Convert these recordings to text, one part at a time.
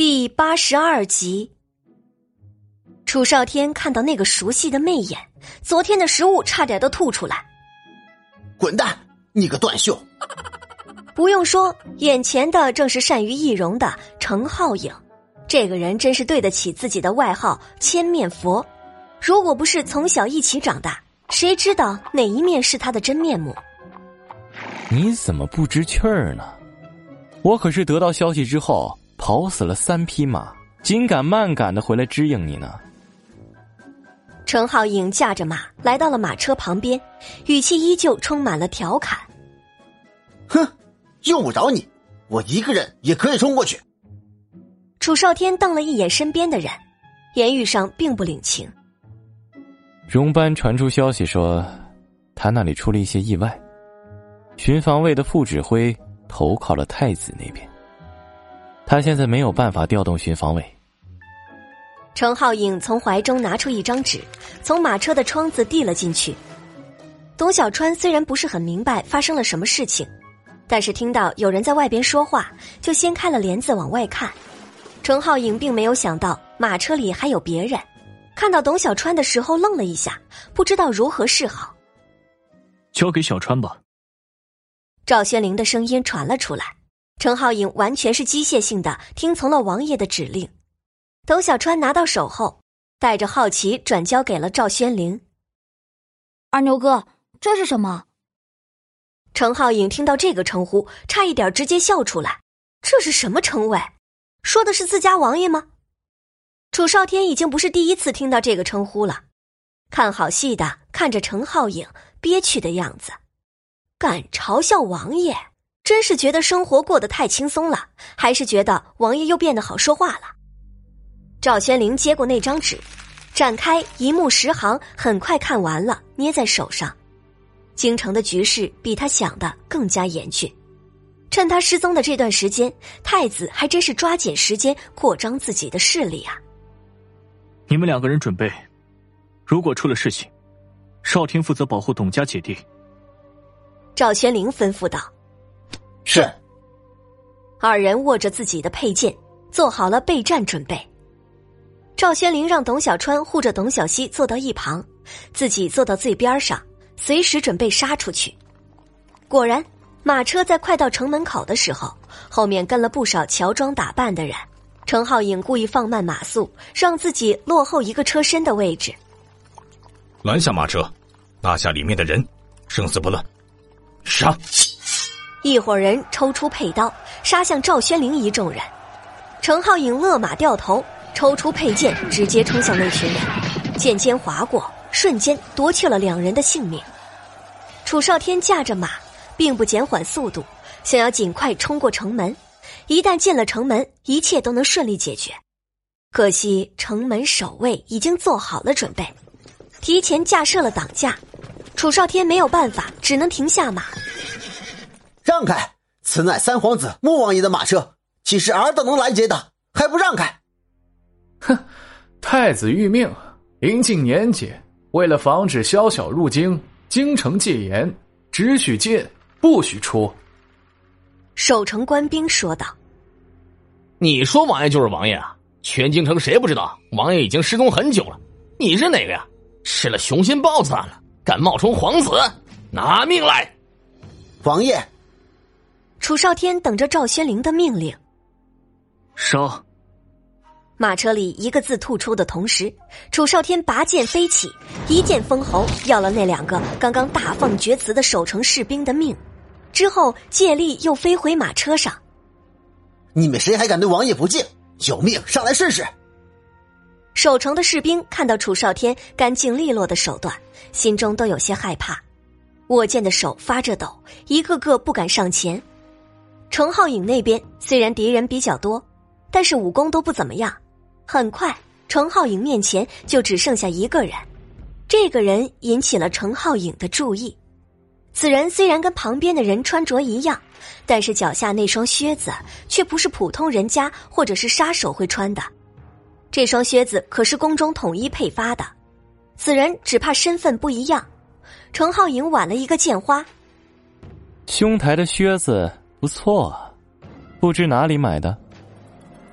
第82集。楚少天看到那个熟悉的媚眼，昨天的食物差点都吐出来。 滚蛋，你个断袖！ 不用说，眼前的正是善于易容的程浩颖。这个人真是对得起自己的外号千面佛。如果不是从小一起长大，谁知道哪一面是他的真面目？ 你怎么不知趣儿呢？我可是得到消息之后跑死了3匹马，紧赶慢赶的回来支应你呢。 程浩颖驾着马来到了马车旁边，语气依旧充满了调侃。 哼，用不着你，我一个人也可以冲过去。 楚少天瞪了一眼身边的人，言语上并不领情。 荣班传出消息说，他那里出了一些意外，巡防卫的副指挥投靠了太子那边，他现在没有办法调动巡防卫。 程浩颖从怀中拿出一张纸，从马车的窗子递了进去。董小川虽然不是很明白发生了什么事情，但是听到有人在外边说话，就掀开了帘子往外看。程浩颖并没有想到马车里还有别人，看到董小川的时候愣了一下，不知道如何是好。 交给小川吧。 赵宣灵的声音传了出来，程浩颖完全是机械性的听从了王爷的指令。董小川拿到手后，带着好奇转交给了赵宣灵。 二牛哥，这是什么？ 程浩颖听到这个称呼，差一点直接笑出来。这是什么称谓？说的是自家王爷吗？楚少天已经不是第一次听到这个称呼了，看好戏的看着程浩颖憋屈的样子，敢嘲笑王爷，真是觉得生活过得太轻松了，还是觉得王爷又变得好说话了？赵宣灵接过那张纸，展开一目十行，很快看完了，捏在手上。京城的局势比他想的更加严峻，趁他失踪的这段时间，太子还真是抓紧时间扩张自己的势力啊。 你们2个人准备，如果出了事情，少天负责保护董家姐弟。 赵宣灵吩咐道。 是。 二人握着自己的佩剑，做好了备战准备。赵宣灵让董小川护着董小希坐到一旁，自己坐到最边上，随时准备杀出去。果然，马车在快到城门口的时候，后面跟了不少乔装打扮的人。程浩颖故意放慢马速，让自己落后一个车身的位置。 拦下马车，拿下里面的人，生死不论。杀！ 一伙人抽出佩刀，杀向赵宣灵一众人。程浩颖勒马掉头，抽出佩剑，直接冲向那群人，剑尖划过，瞬间夺去了2人的性命。楚少天驾着马，并不减缓速度，想要尽快冲过城门。一旦进了城门，一切都能顺利解决。可惜城门守卫已经做好了准备，提前架设了挡架。楚少天没有办法，只能停下马。 让开！此乃三皇子穆王爷的马车，岂是儿都能拦截的？还不让开！ 哼，太子谕命，临近年节，为了防止宵小入京，京城戒严，只许进，不许出。 守城官兵说道。 你说王爷就是王爷啊，全京城谁不知道王爷已经失踪很久了？你是哪个呀？吃了雄心豹子胆了，敢冒充皇子？拿命来！ 王爷！ 楚少天等着赵宣灵的命令。 杀！ 马车里一个字吐出的同时，楚少天拔剑飞起，一剑封喉，要了那2个刚刚大放厥词的守城士兵的命。之后借力又飞回马车上。 你们谁还敢对王爷不敬？有命上来试试！ 守城的士兵看到楚少天干净利落的手段，心中都有些害怕，握剑的手发着抖，一个个不敢上前。程浩颖那边虽然敌人比较多，但是武功都不怎么样。很快，程浩颖面前就只剩下一个人。这个人引起了程浩颖的注意。此人虽然跟旁边的人穿着一样，但是脚下那双靴子却不是普通人家或者是杀手会穿的。这双靴子可是宫中统一配发的。此人只怕身份不一样。程浩颖挽了一个剑花。 兄台的靴子不错啊，不知哪里买的。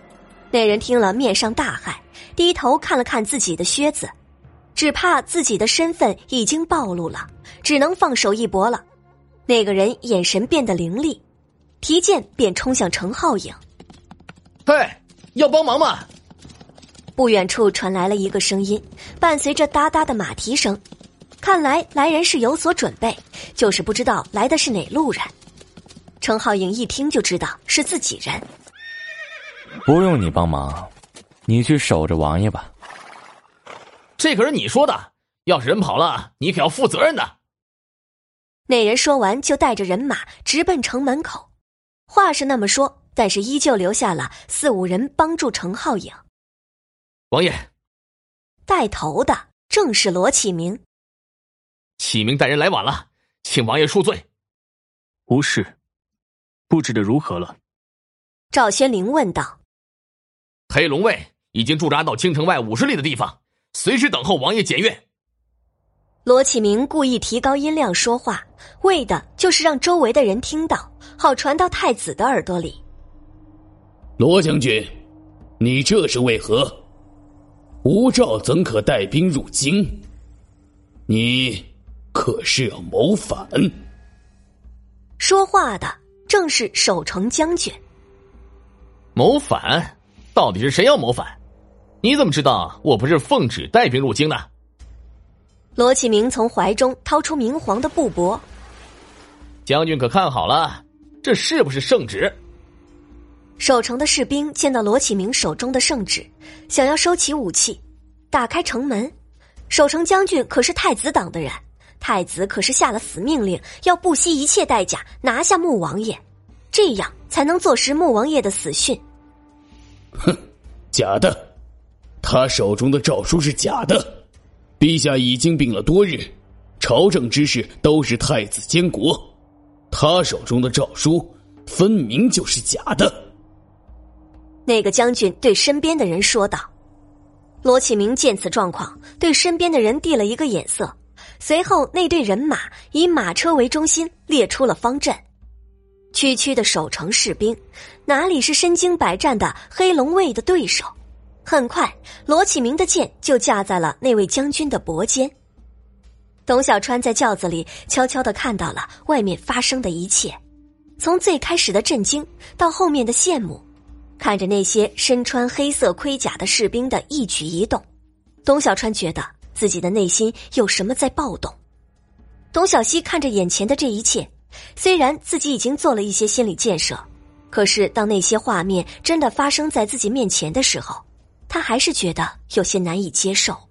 那人听了面上大骇，低头看了看自己的靴子，只怕自己的身份已经暴露了，只能放手一搏了。那个人眼神变得凌厉，提剑便冲向程浩影。 嘿，要帮忙吗？ 不远处传来了一个声音，伴随着哒哒的马蹄声。看来来人是有所准备，就是不知道来的是哪路人。程浩影一听就知道是自己人。 不用你帮忙，你去守着王爷吧。 这可是你说的，要是人跑了，你可要负责任的。 那人说完就带着人马直奔城门口。话是那么说，但是依旧留下了4、5人帮助程浩影。 王爷， 带头的正是罗启明。 启明带人来晚了，请王爷恕罪。 无事，布置的如何了？ 赵宣灵问道。 黑龙卫已经驻扎到京城外50里的地方，随时等候王爷检阅。 罗启明故意提高音量说话，为的就是让周围的人听到，好传到太子的耳朵里。 罗将军，你这是为何？吴兆怎可带兵入京？你可是要谋反？ 说话的正是守城将军。 谋反？到底是谁要谋反？你怎么知道我不是奉旨带兵入京的？ 罗启明从怀中掏出明黄的布帛。 将军可看好了，这是不是圣旨？ 守城的士兵见到罗启明手中的圣旨，想要收起武器，打开城门。守城将军可是太子党的人，太子可是下了死命令，要不惜一切代价拿下穆王爷，这样才能坐实穆王爷的死讯。 哼，假的，他手中的诏书是假的。陛下已经病了多日，朝政之事都是太子监国，他手中的诏书分明就是假的。 那个将军对身边的人说道。罗启明见此状况，对身边的人递了一个眼色，随后那队人马以马车为中心列出了方阵。区区的守城士兵，哪里是身经百战的黑龙卫的对手？很快，罗启明的剑就架在了那位将军的脖间。董小川在轿子里悄悄地看到了外面发生的一切，从最开始的震惊到后面的羡慕，看着那些身穿黑色盔甲的士兵的一举一动，董小川觉得自己的内心有什么在暴动。董小希看着眼前的这一切，虽然自己已经做了一些心理建设，可是当那些画面真的发生在自己面前的时候，他还是觉得有些难以接受。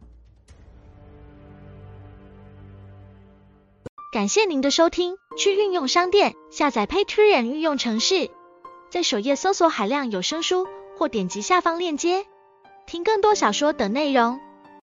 感谢您的收听，去运用商店下载 Patreon 运用程式，在首页搜索海量有声书，或点击下方链接听更多小说等内容。